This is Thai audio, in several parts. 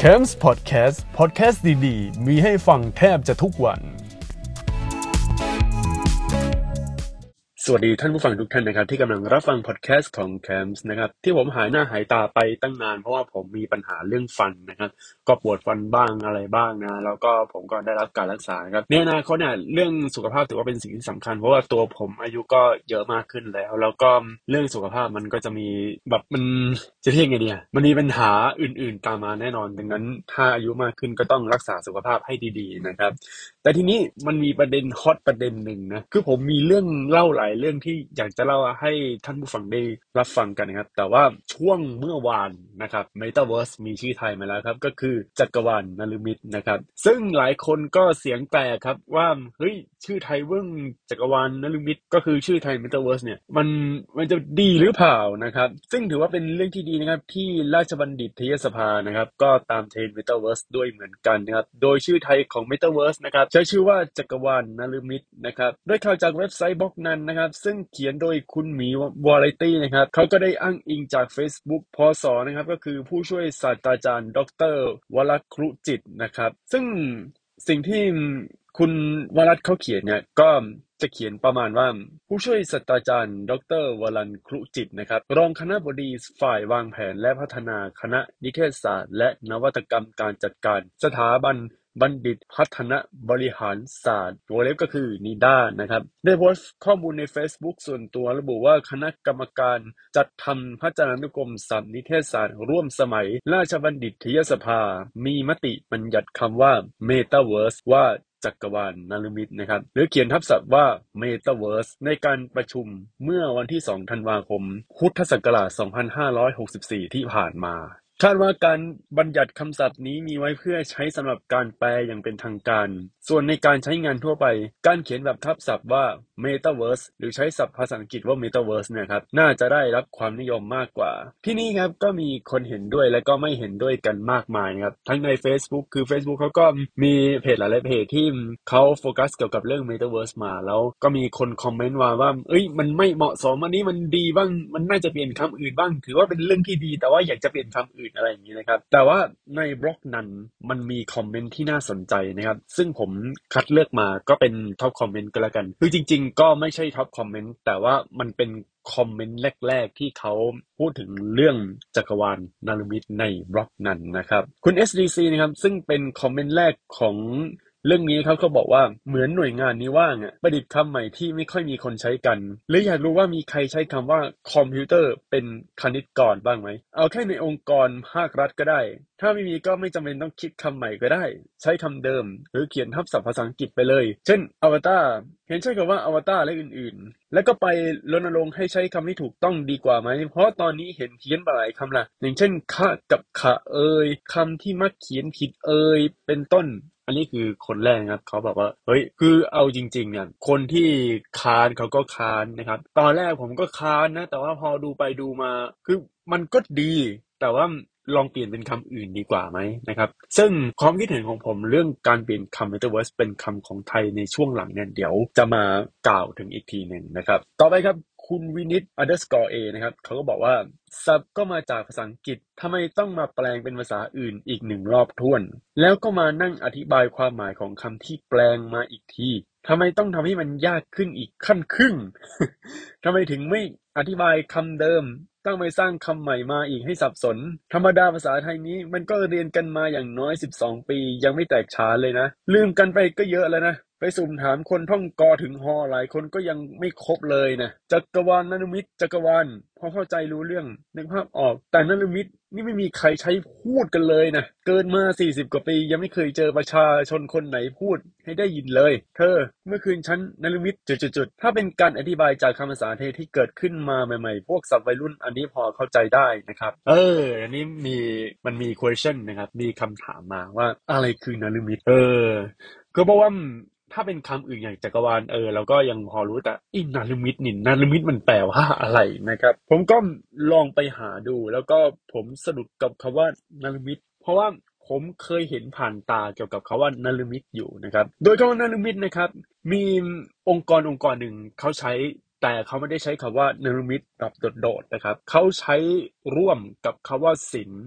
Camps Podcast ดีๆมีให้ฟังแทบจะทุกวันสวัสดีท่านผู้ฟังทุกท่านนะครับที่กำลังรับฟังพอดแคสต์ของ Camps นะครับที่ผมหายหน้าหายตาไปตั้งนานเพราะว่าผมมีปัญหาเรื่องฟันนะครับก็ปวดฟันบ้างอะไรบ้างนะแล้วก็ผมก็ได้รับการรักษาครับในอนาคตเนี่ยเรื่องสุขภาพถือว่าเป็นสิ่งที่สำคัญเพราะว่าตัวผมอายุก็เยอะมากขึ้นแล้วก็เรื่องสุขภาพมันก็จะมีแบบมันจะเรียกไงดีมันมีปัญหาอื่นๆตามมาแน่นอนดังนั้นถ้าอายุมากขึ้นก็ต้องรักษาสุขภาพให้ดีๆนะครับแต่ทีนี้มันมีประเด็นฮอตประเด็นหนึ่งนะคือผมมีเรื่องเล่าหลายเรื่องที่อยากจะเล่าให้ท่านผู้ฟังได้รับฟังกันนะครับแต่ว่าช่วงเมื่อวานนะครับ Metaverse มีชื่อไทยมาแล้วครับก็คือจักรวาลนฤมิตนะครับซึ่งหลายคนก็เสียงแตกครับว่าเฮ้ยชื่อไทยเรื่องจักรวาลนฤมิตก็คือชื่อไทย Metaverse เนี่ยมันจะดีหรือเปล่านะครับซึ่งถือว่าเป็นเรื่องที่ดีนะครับที่ราชบัณฑิตยสภานะครับก็ตามเทรนด์ Metaverse ด้วยเหมือนกันนะครับโดยชื่อไทยของ Metaverse นะครับใช้ชื่อว่าจักรวาลนฤมิตนะครับโดยข่าวจากเว็บไซต์บล็อกนั้นนะครับซึ่งเขียนโดยคุณหมีวาไรตี้นะครับเขาก็ได้อ้างอิงจาก Facebook พศนะครับก็คือผู้ช่วยศาสตราจารย์ดร.วรครุจิตนะครับซึ่งสิ่งที่คุณวรัตน์เขาเขียนเนี่ยก็จะเขียนประมาณว่าผู้ช่วยศาสตราจารย์ดร.วรันครุจิตนะครับรองคณบดีฝ่ายวางแผนและพัฒนาคณะนิเทศศาสตร์และนวัตกรรมการจัดการสถาบันบัณฑิตพัฒนาบริหารศาสตร์วงเล็บก็คือนิด้านะครับได้โพสต์ข้อมูลใน Facebook ส่วนตัวระบุว่าคณะกรรมการจัดทำพจนานุกรมศาสตร์นิเทศศาสตร์ร่วมสมัยราชบัณฑิตยสภามีมติบัญญัติคำว่า Metaverse ว่าจักรวาลนฤมิตนะครับหรือเขียนทับศัพท์ว่า Metaverse ในการประชุมเมื่อวันที่ 2 ธันวาคม พุทธศักราช 2564 ที่ผ่านมาคาดว่าการบัญญัติคำศัพท์นี้มีไว้เพื่อใช้สำหรับการแปลอย่างเป็นทางการส่วนในการใช้งานทั่วไปการเขียนแบบทับศัพท์ว่า Metaverse หรือใช้ศัพท์ภาษาอังกฤษว่า Metaverse นะครับน่าจะได้รับความนิยมมากกว่าที่นี่ครับก็มีคนเห็นด้วยและก็ไม่เห็นด้วยกันมากมายนะครับทั้งใน Facebook คือ Facebook เขาก็มีเพจหลายๆเพจที่เขาโฟกัสเกี่ยวกับเรื่อง Metaverse มาแล้วก็มีคนคอมเมนต์ว่าเอ้ยมันไม่เหมาะสมอันนี้มันดีบ้างมันน่าจะเปลี่ยนคำอื่นบ้างถือว่าเป็นเรื่องที่ดีแต่ว่าอยากจะเปลี่ยนคำอื่นอะไรอย่างนี้นะครับแต่ว่าในบล็อกนั้นมันมีคอมเมนต์ที่น่าสนใจนะครับซึ่งผมคัดเลือกมาก็เป็นท็อปคอมเมนต์ก็แล้วกันคือจริงๆก็ไม่ใช่ท็อปคอมเมนต์แต่ว่ามันเป็นคอมเมนต์แรกๆที่เขาพูดถึงเรื่องจักรวาลนฤมิตในบล็อกนั้นนะครับคุณ SDC นะครับซึ่งเป็นคอมเมนต์แรกของเรื่องนี้เขาก็บอกว่าเหมือนหน่วยงานนี้ว่างประดิษฐ์คำใหม่ที่ไม่ค่อยมีคนใช้กันหรืออยากรู้ว่ามีใครใช้คำว่าคอมพิวเตอร์เป็นคณิตกรบ้างไหมเอาแค่ในองค์กรภาครัฐก็ได้ถ้าไม่มีก็ไม่จำเป็นต้องคิดคำใหม่ก็ได้ใช้คำเดิมหรือเขียนทับศัพท์ภาษาอังกฤษไปเลยเช่นอวตารเห็นใช้คำว่าอวตารและอื่นๆแล้วก็ไปรณรงค์ให้ใช้คำที่ถูกต้องดีกว่าไหมเพราะตอนนี้เห็นเขียนหลายคำละอย่างเช่นคะกับขะคำที่มักเขียนผิดเป็นต้นอันนี้คือคนแรกครับเขาบอกว่าเฮ้ยคือเอาจริงๆเนี่ยคนที่ค้านเขาก็ค้านนะครับตอนแรกผมก็ค้านนะแต่ว่าพอดูไปดูมาคือมันก็ดีแต่ว่าลองเปลี่ยนเป็นคำอื่นดีกว่าไหมนะครับซึ่งความคิดเห็นของผมเรื่องการเปลี่ยนคำ Metaverse เป็นคำของไทยในช่วงหลังเนี่ยเดี๋ยวจะมากล่าวถึงอีกทีหนึ่งนะครับต่อไปครับคุณวินิต_a นะครับเขาก็บอกว่าศัพท์ก็มาจากภาษาอังกฤษทำไมต้องมาแปลงเป็นภาษาอื่นอีกหนึ่งรอบท้วนแล้วก็มานั่งอธิบายความหมายของคำที่แปลงมาอีกทีทำไมต้องทำให้มันยากขึ้นอีกขั้นครึ่ง ทำไมถึงไม่อธิบายคำเดิมต้องไปสร้างคำใหม่มาอีกให้สับสนธรรมดาภาษาไทยนี้มันก็เรียนกันมาอย่างน้อย12 ปียังไม่แตกฉานเลยนะลืมกันไปก็เยอะแล้วนะไปสุ่มถามคนท่องกอถึงฮอหลายคนก็ยังไม่ครบเลยนะจักรวาลนฤมิตจักรวาลพอเข้าใจรู้เรื่องนึกภาพออกแต่นฤมิตนี่ไม่มีใครใช้พูดกันเลยนะเกินมา40 กว่าปียังไม่เคยเจอประชาชนคนไหนพูดให้ได้ยินเลยเธอเมื่อคืนฉันนฤมิตจุดๆถ้าเป็นการอธิบายจากคำภาษาไทยที่เกิดขึ้นมาใหม่ๆพวกศัพท์วัยรุ่นอันนี้พอเข้าใจได้นะครับอันนี้มันมี question นะครับมีคำถามมาว่าอะไรคือนฤมิตก็เพราะว่าถ้าเป็นคำอื่นอย่างจักรวาลเราก็ยังพอรู้แต่นฤมิตมันแปลว่าอะไรนะครับผมก็ลองไปหาดูแล้วก็ผมสะดุดกับคำว่านฤมิตเพราะว่าผมเคยเห็นผ่านตาเกี่ยวกับคำว่านฤมิตอยู่นะครับโดยคำว่านฤมิตนะครับมีองค์กรหนึ่งเขาใช้แต่เขาไม่ได้ใช้คำว่านฤมิตแบบโดดๆนะครับเขาใช้ร่วมกับคำว่าศิลป์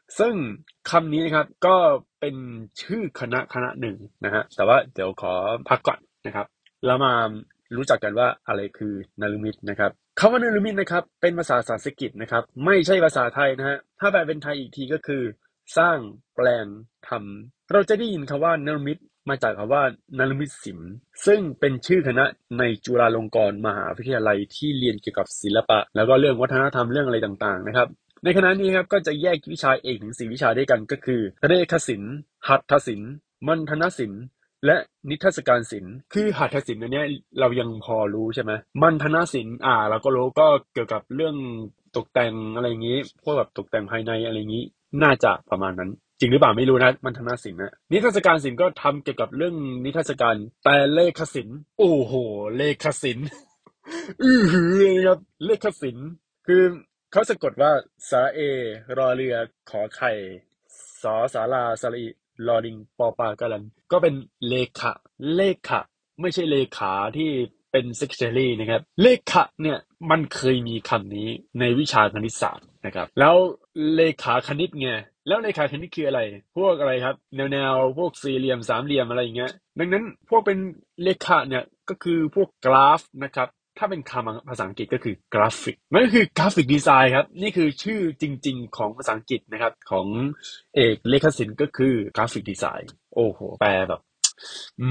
ซึ่งคำนี้นะครับก็เป็นชื่อคณะหนึ่งนะฮะแต่ว่าเดี๋ยวขอพักก่อนนะครับแล้วมารู้จักกันว่าอะไรคือนฤมิตนะครับคำว่านฤมิตนะครับเป็นภาษาสันสกฤตนะครับไม่ใช่ภาษาไทยนะฮะถ้าแปลเป็นไทยอีกทีก็คือสร้างแปลงทำเราจะได้ยินคำว่านฤมิตมาจากคำว่านฤมิตศิลป์ซึ่งเป็นชื่อคณะในจุฬาลงกรณ์มหาวิทยาลัยที่เรียนเกี่ยวกับศิลปะแล้วก็เรื่องวัฒนธรรมเรื่องอะไรต่างๆนะครับ ในคณะนี้ครับก็จะแยกวิชาเอกถึง4วิชาด้วยกันก็คือเรขศิลป์หัตถศิลป์มัณฑนศิลป์และนิทรรศการศิลป์คือหัตถศิลป์อันเนี้ยเรายังพอรู้ใช่ไหมมัณฑนศิลป์เราก็รู้ก็เกี่ยวกับเรื่องตกแต่งอะไรอย่างนี้พวกแบบตกแต่งภายในอะไรอย่างนี้น่าจะประมาณนั้นจริงหรือเปล่าไม่รู้นะมัณฑนศิลป์นะนิทรรศการศิลป์ก็ทำเกี่ยวกับเรื่องนิทรรศการแต่เลขศิลป์โอ้โหเลขศิลป์หือเลยครับเลขศิลป์ คือเขาสะกดว่าสระเอรอเรือขอไข่สอสาราสระอีลอลิงปอปากะลันก็เป็นเลขะเลขะไม่ใช่เลขาที่เป็น secretary นะครับเลขะเนี่ยมันเคยมีคำนี้ในวิชาคณิตศาสตร์นะครับแล้วเลขาคณิตไงแล้วเลขาคณิตคืออะไรพวกอะไรครับแนวพวกสี่เหลี่ยมสามเหลี่ยมอะไรอย่างเงี้ยดังนั้นพวกเป็นเลขาเนี่ยก็คือพวกกราฟนะครับ ถ้าเป็นคำภาษาอังกฤษก็คือกราฟิกมันก็คือกราฟิกดีไซน์ครับนี่คือชื่อจริงๆของภาษาอังกฤษนะครับของเอกเลขศิลป์ก็คือกราฟิกดีไซน์โอ้โหแปลแบบอื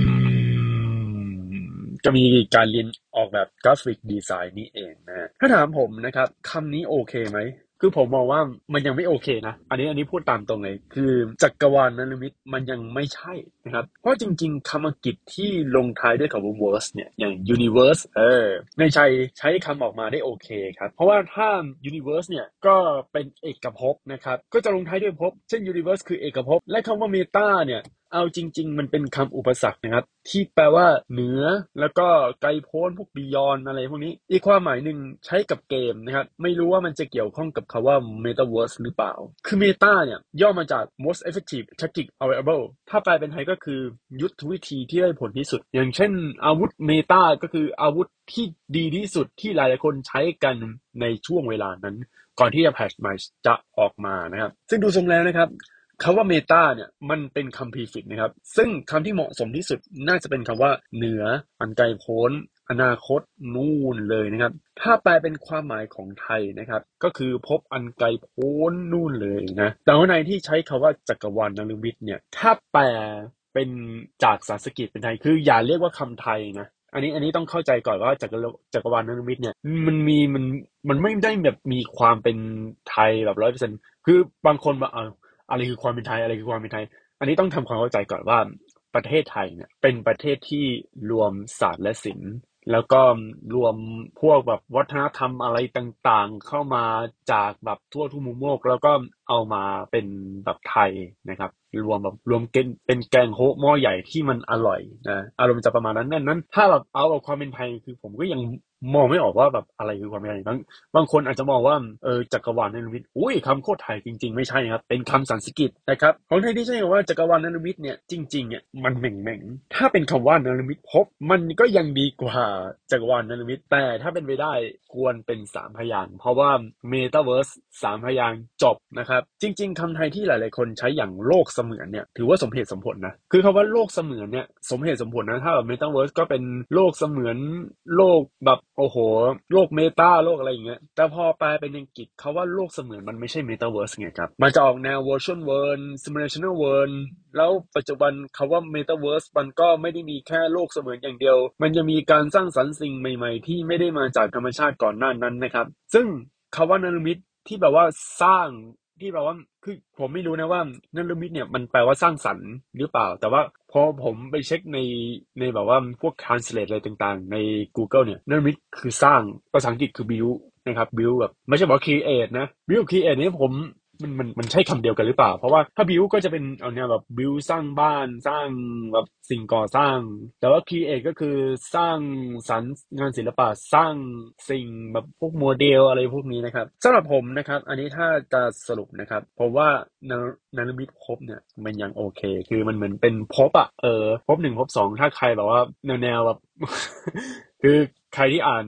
ก็มีการเรียนออกแบบกราฟิกดีไซน์นี่เองนะถ้าถามผมนะครับคำนี้โอเคไหมคือผมมองว่ามันยังไม่โอเคนะอันนี้พูดตามตรงเลยคือจักรวาลนฤมิตมันยังไม่ใช่นะครับเพราะจริงๆคำอังกฤษที่ลงท้ายด้วยคำว่า verse เนี่ยอย่าง universe ในใจใช้คำออกมาได้โอเคครับเพราะว่าถ้า universe เนี่ยก็เป็นเอกภพนะครับก็จะลงท้ายด้วยภพเช่น universe คือเอกภพและคำว่า meta เนี่ย เอาจริงๆมันเป็นคำอุปสรรคนะครับที่แปลว่าเหนือแล้วก็ไกลโพ้นพวก beyond อะไรพวกนี้อีกความหมายหนึ่งใช้กับเกมนะครับไม่รู้ว่ามันจะเกี่ยวข้องกับคำว่า metaverse หรือเปล่าคือ meta เนี่ยย่อมาจาก most effective tactic available ถ้าแปลเป็นไทยก็คือยุทธวิธีที่ได้ผลที่สุดอย่างเช่นอาวุธ meta ก็คืออาวุธที่ดีที่สุดที่หลายๆคนใช้กันในช่วงเวลานั้นก่อนที่จะแพทช์ใหม่จะออกมานะครับซึ่งดูทรงแล้วนะครับ คำว่าเมตาเนี่ยมันเป็นคำพรีฟิกซ์นะครับซึ่งคำที่เหมาะสมที่สุดน่าจะเป็นคำว่าเหนืออันไกลโพ้นอนาคตนู่นเลยนะครับถ้าแปลเป็นความหมายของไทยนะครับก็คือพบอันไกลโพ้นนู่นเลยนะแต่ว่าในที่ใช้คำว่าจักรวาลนฤมิตเนี่ยถ้าแปลเป็นจากสันสกฤตเป็นไทยคืออย่าเรียกว่าคำไทยนะอันนี้ต้องเข้าใจก่อนว่าจักรวาลนฤมิตเนี่ยมันไม่ได้แบบมีความเป็นไทยแบบ100%คือบางคนบอกอะไรคือความเป็นไทยอะไรคือความเป็นไทยอันนี้ต้องทำความเข้าใจก่อนว่าประเทศไทยเนี่ยเป็นประเทศที่รวมศาสตร์และศิลป์แล้วก็รวมพวกแบบวัฒนธรรมอะไรต่างๆเข้ามาจากแบบทั่วทุกมุมโลกแล้วก็เอามาเป็นแบบไทยนะครับรวมเป็นแกงโฮะหม้อใหญ่ที่มันอร่อยนะอารมณ์จะประมาณนั้นนั้นถ้าแบบเอาแบบความเป็นไทยคือผมก็ยังมองไม่ออกว่าแบบอะไรคือความเป็นไทยบางคนอาจจะมองว่าจักรวาลเนรมิตอุ้ยคำโคตรไทยจริงๆไม่ใช่ครับเป็นคำสันสกฤตนะครับของไทยที่ใช่คำว่าจักรวาลเนรมิตเนี่ยจริงๆเนี่ยมันเหม่งถ้าเป็นคำว่าเนรมิตภพมันก็ยังดีกว่าจักรวาลเนรมิตแต่ถ้าเป็นไปได้ควรเป็นสามพยางค์เพราะว่าเมตาเวิร์สสามพยางค์จบนะครับจริงๆคำไทยที่หลายๆคนใช้อย่างโลกเสมือนเนี่ยถือว่าสมเหตุสมผลนะคือคำว่าโลกเสมือนเนี่ยสมเหตุสมผลนะถ้าแบบเมตาเวิร์สก็เป็นโลกเสมือนโลกแบบโอ้โห โลกเมตาโลกอะไรอย่างเงี้ยแต่พอแปลเป็นอังกฤษเขาว่าโลกเสมือนมันไม่ใช่เมตาเวิร์สไงครับมันจะออกแนว virtual world simulational world แล้วปัจจุบันคำว่าเมตาเวิร์สมันก็ไม่ได้มีแค่โลกเสมือนอย่างเดียวมันยังมีการสร้างสรรค์สิ่งใหม่ๆที่ไม่ได้มาจากธรรมชาติก่อนหน้านั้นนะครับซึ่งคำว่านรมิตที่แปลว่าสร้างที่แปลว่าคือผมไม่รู้นะว่านรมิตเนี่ยมันแปลว่าสร้างสรรค์หรือเปล่าแต่ว่าพอผมไปเช็คในแบบว่าพวก translate อะไรต่างๆใน Google เนี่ยเนรมิตคือสร้างภาษาอังกฤษคือ build นะครับ build แบบไม่ใช่บอก create นะ build create นี่มันใช่คำเดียวกันหรือเปล่าเพราะว่าถ้า build ก็จะเป็นเอาเนี่ยแบบ build สร้างบ้านสร้างแบบสิ่งก่อสร้างแต่ว่า create ก็คือสร้างสรรค์งานศิลปะสร้างสิ่งแบบพวกโมเดลอะไรพวกนี้นะครับสำหรับผมนะครับอันนี้ถ้าจะสรุปนะครับผมว่านรมิตภพเนี่ยมันยังโอเคคือมันเหมือนเป็นภพอะภพหนึ่งภพสองถ้าใครแบบว่าแนวแบบคือใครที่อ่าน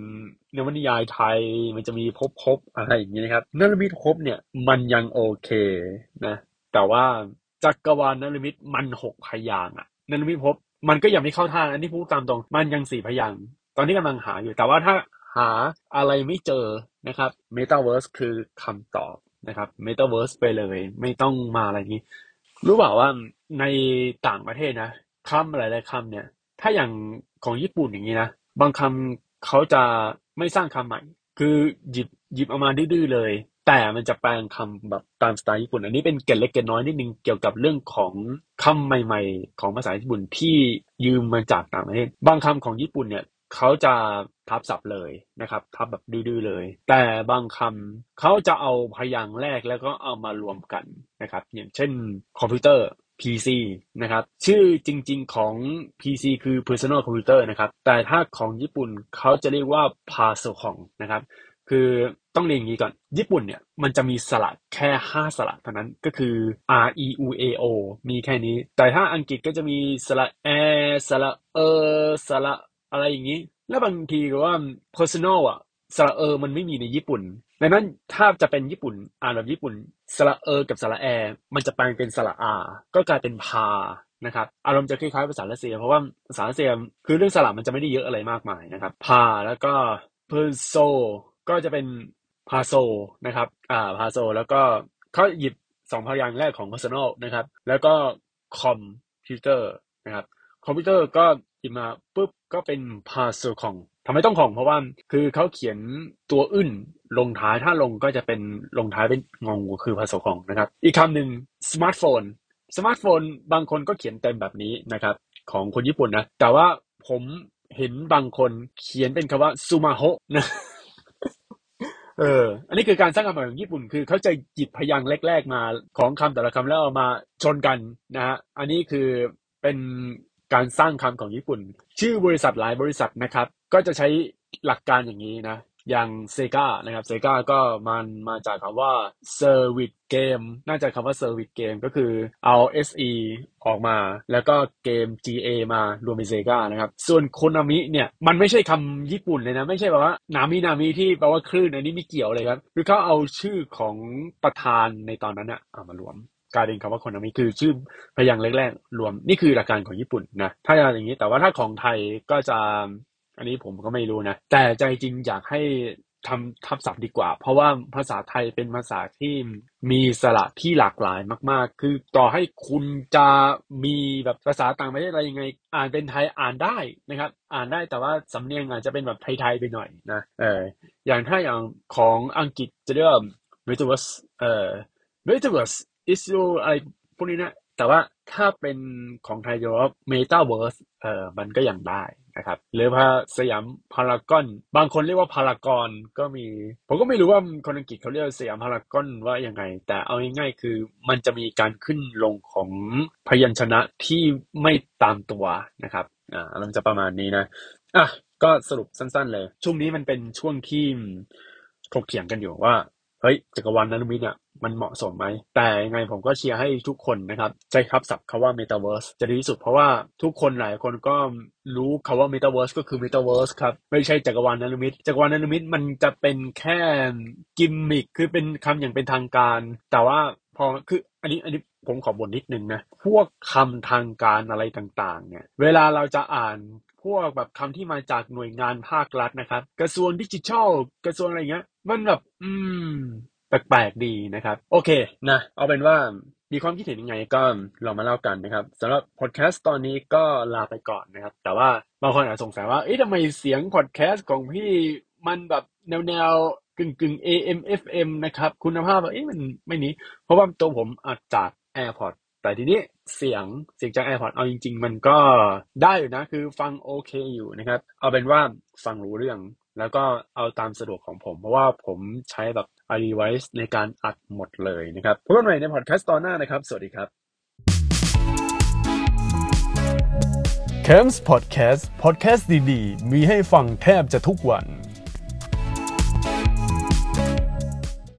นวนิยายไทยมันจะมีภพอะไรอย่างนี้นะครับนฤมิตภพเนี่ยมันยังโอเคนะแต่ว่าจักรวาลนฤมิตมัน6 พยางค์อะนฤมิตภพมันก็ยังไม่เข้าท่าอันนี้พูดตามตรงมันยัง4 พยางค์ตอนนี้กำลังหาอยู่แต่ว่าถ้าหาอะไรไม่เจอนะครับ Metaverse คือคำตอบนะครับ Metaverse ไปเลยไม่ต้องมาอะไรนี้รู้เปล่าว่าในต่างประเทศนะคำหลายๆคำเนี่ยถ้าอย่างของญี่ปุ่นอย่างนี้นะบางคำเขาจะไม่สร้างคำใหม่คือหยิบเอามาดื้อๆเลยแต่มันจะแปลงคำแบบตามสไตล์ญี่ปุ่นอันนี้เป็นเกร็ดเล็กเกร็ดน้อยนิดนึงเกี่ยวกับเรื่องของคำใหม่ๆของภาษาญี่ปุ่นที่ยืมมาจากต่างประเทศบางคำของญี่ปุ่นเนี่ยเขาจะทับศัพท์เลยนะครับทับแบบดื้อๆเลยแต่บางคำเขาจะเอาพยางค์แรกแล้วก็เอามารวมกันนะครับอย่างเช่นคอมพิวเตอร์ PC นะครับชื่อจริงๆของ PC คือ Personal Computer นะครับแต่ถ้าของญี่ปุ่นเขาจะเรียกว่า Pasocon นะครับคือต้องเรียนอย่างนี้ก่อนญี่ปุ่นเนี่ยมันจะมีสระแค่5สระเท่านั้นก็คือ R E U A O มีแค่นี้แต่ถ้าอังกฤษก็จะมีสระแอสระสระอะไรอย่างนี้แล้วบางทีก็ว่า personal อ่ะสระมันไม่มีในญี่ปุ่นดังนั้นถ้าจะเป็นญี่ปุ่นอ่านแบบญี่ปุ่นสระกับสระแอมันจะแปลงเป็นสระอาก็กลายเป็นพานะครับอารมณ์จะคล้ายๆภาษารัสเซียเพราะว่าภาษารัสเซียคือเรื่องสระมันจะไม่ได้เยอะอะไรมากมายนะครับพาแล้วก็ perso ก็จะเป็นพาโซนะครับพาโซแล้วก็เขาหยิบ2 พยางค์แรกของ personal นะครับแล้วก็คอมพิวเตอร์นะครับคอมพิวเตอร์ก็หยิบมาปุ๊บก็เป็นพาโซคองทำไมต้องของเพราะว่าคือเขาเขียนตัวอึ้นลงท้ายถ้าลงก็จะเป็นลงท้ายเป็นงงคือพาโซคองนะครับอีกคำหนึ่งสมาร์ทโฟนบางคนก็เขียนเต็มแบบนี้นะครับของคนญี่ปุ่นนะแต่ว่าผมเห็นบางคนเขียนเป็นคำว่าซูมาโฮะนะ อันนี้คือการสร้างคำใหม่ของญี่ปุ่นคือเขาจะหยิบพยางค์แรกๆมาของคำแต่ละคำแล้วเอามาชนกันนะฮะอันนี้คือเป็นการสร้างคำของญี่ปุ่นชื่อบริษัทหลายบริษัทนะครับก็จะใช้หลักการอย่างนี้นะอย่างเซกานะครับเซกาก็มันมาจากคำว่า Service Game น่าจะคำว่า Service Game ก็คือเอา SE ออกมาแล้วก็เกม GA มารวมเป็นเซกานะครับส่วนโคนามิเนี่ยมันไม่ใช่คำญี่ปุ่นเลยนะไม่ใช่แบบว่านามิที่แปลว่าคลื่นอันนี้ไม่เกี่ยวเลยครับคือเขาเอาชื่อของประธานในตอนนั้นอะเอามารวมกลายเป็นคำว่าโคนามิคือชื่อพยางค์แรกๆรวมนี่คือหลักการของญี่ปุ่นนะถ้าอย่างนี้แต่ว่าถ้าของไทยก็จะอันนี้ผมก็ไม่รู้นะแต่ใจจริงอยากให้ทำทับศัพท์ดีกว่าเพราะว่าภาษาไทยเป็นภาษาที่มีสระที่หลากหลายมากๆคือต่อให้คุณจะมีแบบภาษาต่างประเทศอะไรยังไงอ่านเป็นไทยอ่านได้นะครับอ่านได้แต่ว่าสำเนียงอาจจะเป็นแบบไทยๆไปหน่อยนะอย่างถ้าอย่างของอังกฤษจะเรียกว่า metaverse metaverse is your อะไรพวกนี้นะแต่ว่าถ้าเป็นของไทยจะว่า metaverse มันก็ยังได้นะครับหรือสยามพารากอนบางคนเรียกว่าพารากอนก็มีผมก็ไม่รู้ว่าคนอังกฤษเขาเรียกสยามพารากอนว่ายังไงแต่เอาง่ายๆคือมันจะมีการขึ้นลงของพยัญชนะที่ไม่ตามตัวนะครับมันจะประมาณนี้นะก็สรุปสั้นๆเลยช่วงนี้มันเป็นช่วงที่ถกเถียงกันอยู่ว่าเฮ้ยจักรวาลนฤมิตเนี่ยมันเหมาะสมไหมแต่ยังไงผมก็เชียร์ให้ทุกคนนะครับใช้ศัพท์คำว่า Metaverse จะดีที่สุดเพราะว่าทุกคนหลายคนก็รู้คำว่า Metaverse ก็คือ Metaverse ครับไม่ใช่จักรวาลนฤมิตจักรวาลนฤมิตมันจะเป็นแค่กิมมิคคือเป็นคำอย่างเป็นทางการแต่ว่าพอคืออันนี้ผมขอบ่นนิดนึงนะพวกคำทางการอะไรต่างๆเนี่ยเวลาเราจะอ่านพวกแบบคำที่มาจากหน่วยงานภาครัฐนะครับกระทรวงดิจิทัลกระทรวงอะไรเงี้ยมันแบบแปลกๆดีนะครับโอเคนะเอาเป็นว่ามีความคิดเห็นยังไงก็ลองมาเล่ากันนะครับสำหรับพอดแคสต์ตอนนี้ก็ลาไปก่อนนะครับแต่ว่าบางคนอาจสงสัยว่าทำไมเสียงพอดแคสต์ของพี่มันแบบแนวกึ่ง AM FM นะครับคุณภาพมันไม่นี้เพราะว่าตัวผมอัดจาก AirPods แต่ทีนี้เสียงจาก AirPods เอาจริงๆมันก็ได้อยู่นะคือฟังโอเคอยู่นะครับเอาเป็นว่าฟังรู้เรื่องแล้วก็เอาตามสะดวกของผมเพราะว่าผมใช้แบบ iDevice ในการอัดหมดเลยนะครับพบกันใหม่ในพอดแคสต์ตอนหน้านะครับสวัสดีครับ Camps Podcast ดีๆมีให้ฟังแทบจะทุกวัน